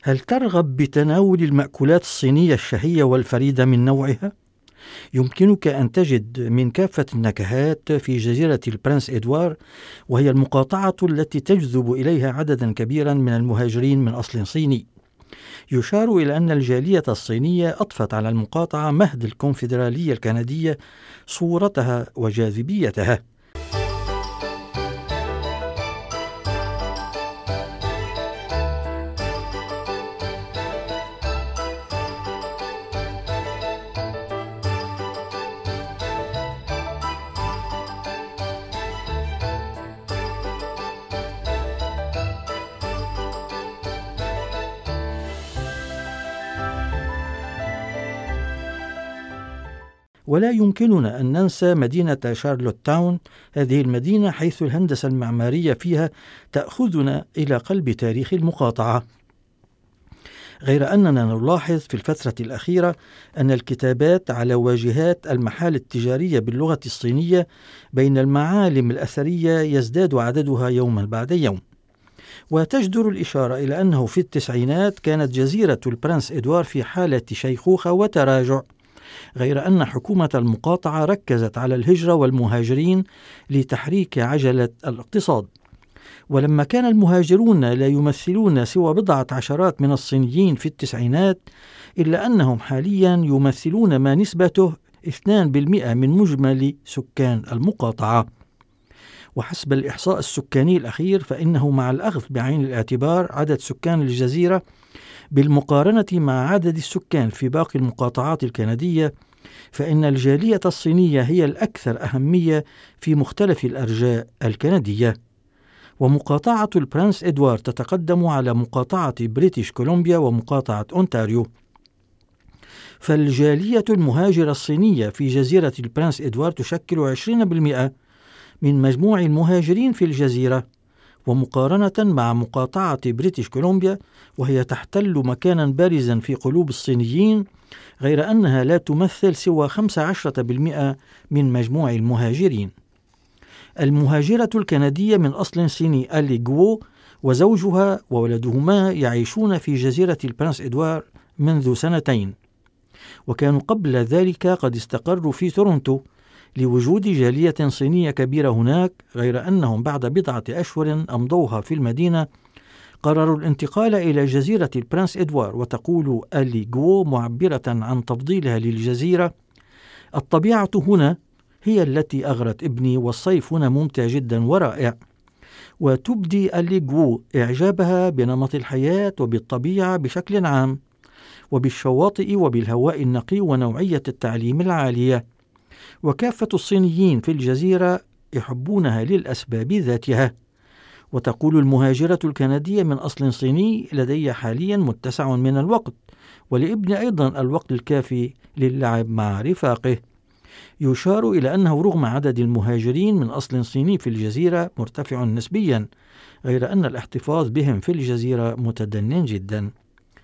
هل ترغب بتناول المأكولات الصينية الشهية والفريدة من نوعها؟ يمكنك أن تجد من كافة النكهات في جزيرة البرنس إدوار، وهي المقاطعة التي تجذب إليها عددا كبيرا من المهاجرين من أصل صيني. يشار إلى أن الجالية الصينية أضفت على المقاطعة مهد الكونفدرالية الكندية صورتها وجاذبيتها. ولا يمكننا أن ننسى مدينة شارلوت تاون، هذه المدينة حيث الهندسة المعمارية فيها تأخذنا إلى قلب تاريخ المقاطعة. غير أننا نلاحظ في الفترة الأخيرة أن الكتابات على واجهات المحال التجارية باللغة الصينية بين المعالم الأثرية يزداد عددها يوما بعد يوم. وتجدر الإشارة إلى أنه في التسعينات كانت جزيرة البرنس إدوار في حالة شيخوخة وتراجع، غير أن حكومة المقاطعة ركزت على الهجرة والمهاجرين لتحريك عجلة الاقتصاد. ولما كان المهاجرون لا يمثلون سوى بضعة عشرات من الصينيين في التسعينات، إلا أنهم حاليا يمثلون ما نسبته 2% من مجمل سكان المقاطعة. وحسب الإحصاء السكاني الأخير فإنه مع الأخذ بعين الاعتبار عدد سكان الجزيرة بالمقارنة مع عدد السكان في باقي المقاطعات الكندية، فإن الجالية الصينية هي الأكثر أهمية في مختلف الأرجاء الكندية. ومقاطعة البرنس إدوار تتقدم على مقاطعة بريتش كولومبيا ومقاطعة أونتاريو. فالجالية المهاجرة الصينية في جزيرة البرنس إدوار تشكل 20% من مجموع المهاجرين في الجزيرة، ومقارنة مع مقاطعة بريتش كولومبيا وهي تحتل مكانا بارزا في قلوب الصينيين، غير أنها لا تمثل سوى 15% من مجموع المهاجرين. المهاجرة الكندية من أصل صيني ألي جوو وزوجها وولدهما يعيشون في جزيرة البرنس إدوار منذ 2 سنين، وكانوا قبل ذلك قد استقروا في تورونتو لوجود جالية صينية كبيرة هناك، غير أنهم بعد بضعة أشهر أمضوها في المدينة قرروا الانتقال إلى جزيرة البرنس إدوار. وتقول ألي جوو معبرة عن تفضيلها للجزيرة: الطبيعة هنا هي التي أغرت ابني، والصيف هنا ممتع جدا ورائع. وتبدي ألي جوو إعجابها بنمط الحياة وبالطبيعة بشكل عام، وبالشواطئ وبالهواء النقي ونوعية التعليم العالية. وكافة الصينيين في الجزيرة يحبونها للأسباب ذاتها. وتقول المهاجرة الكندية من أصل صيني: لدي حاليا متسع من الوقت، ولابني أيضا الوقت الكافي للعب مع رفاقه. يشار إلى أنه رغم عدد المهاجرين من أصل صيني في الجزيرة مرتفع نسبيا، غير أن الاحتفاظ بهم في الجزيرة متدن جدا.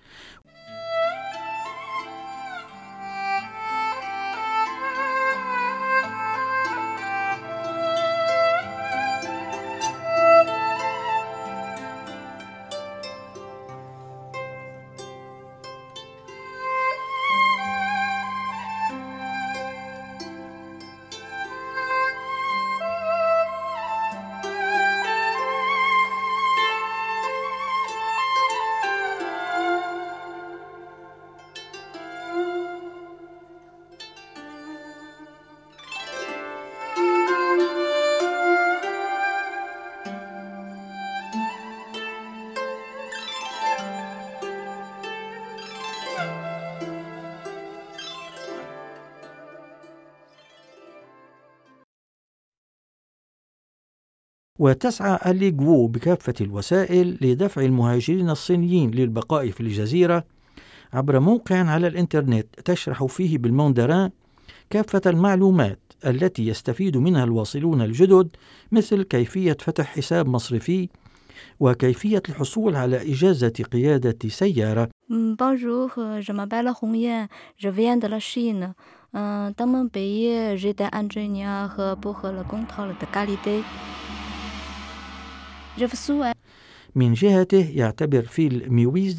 وتسعى ألي جوو بكافة الوسائل لدفع المهاجرين الصينيين للبقاء في الجزيرة عبر موقع على الإنترنت تشرح فيه بالماندارين كافة المعلومات التي يستفيد منها الواصلون الجدد، مثل كيفية فتح حساب مصرفي وكيفية الحصول على إجازة قيادة سيارة. Bonjour, je m'appelle Hong Yan, je viens de la Chine. Dans mon pays, j'étais ingénieur pour le contrôle de qualité. من جهته يعتبر فيل ميويز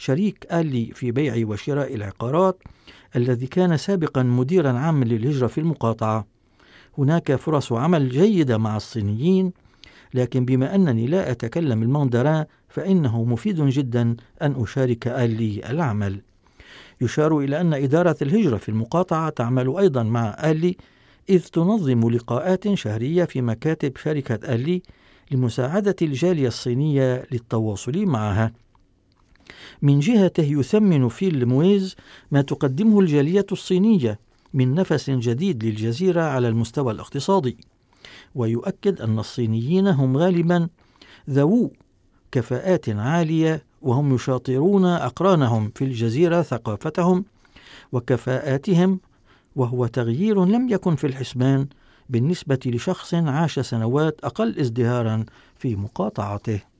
شريك آلي في بيع وشراء العقارات الذي كان سابقا مديرا عاما للهجرة في المقاطعة. هناك فرص عمل جيدة مع الصينيين، لكن بما أنني لا أتكلم الماندارين فإنه مفيد جدا أن أشارك آلي العمل. يشار إلى أن إدارة الهجرة في المقاطعة تعمل أيضا مع آلي، إذ تنظم لقاءات شهرية في مكاتب شركة آلي لمساعدة الجالية الصينية للتواصل معها. من جهته يثمن فيل مويز ما تقدمه الجالية الصينية من نفس جديد للجزيرة على المستوى الاقتصادي، ويؤكد أن الصينيين هم غالبا ذوو كفاءات عالية، وهم يشاطرون أقرانهم في الجزيرة ثقافتهم وكفاءاتهم، وهو تغيير لم يكن في الحسبان بالنسبة لشخص عاش سنوات أقل ازدهارا في مقاطعته.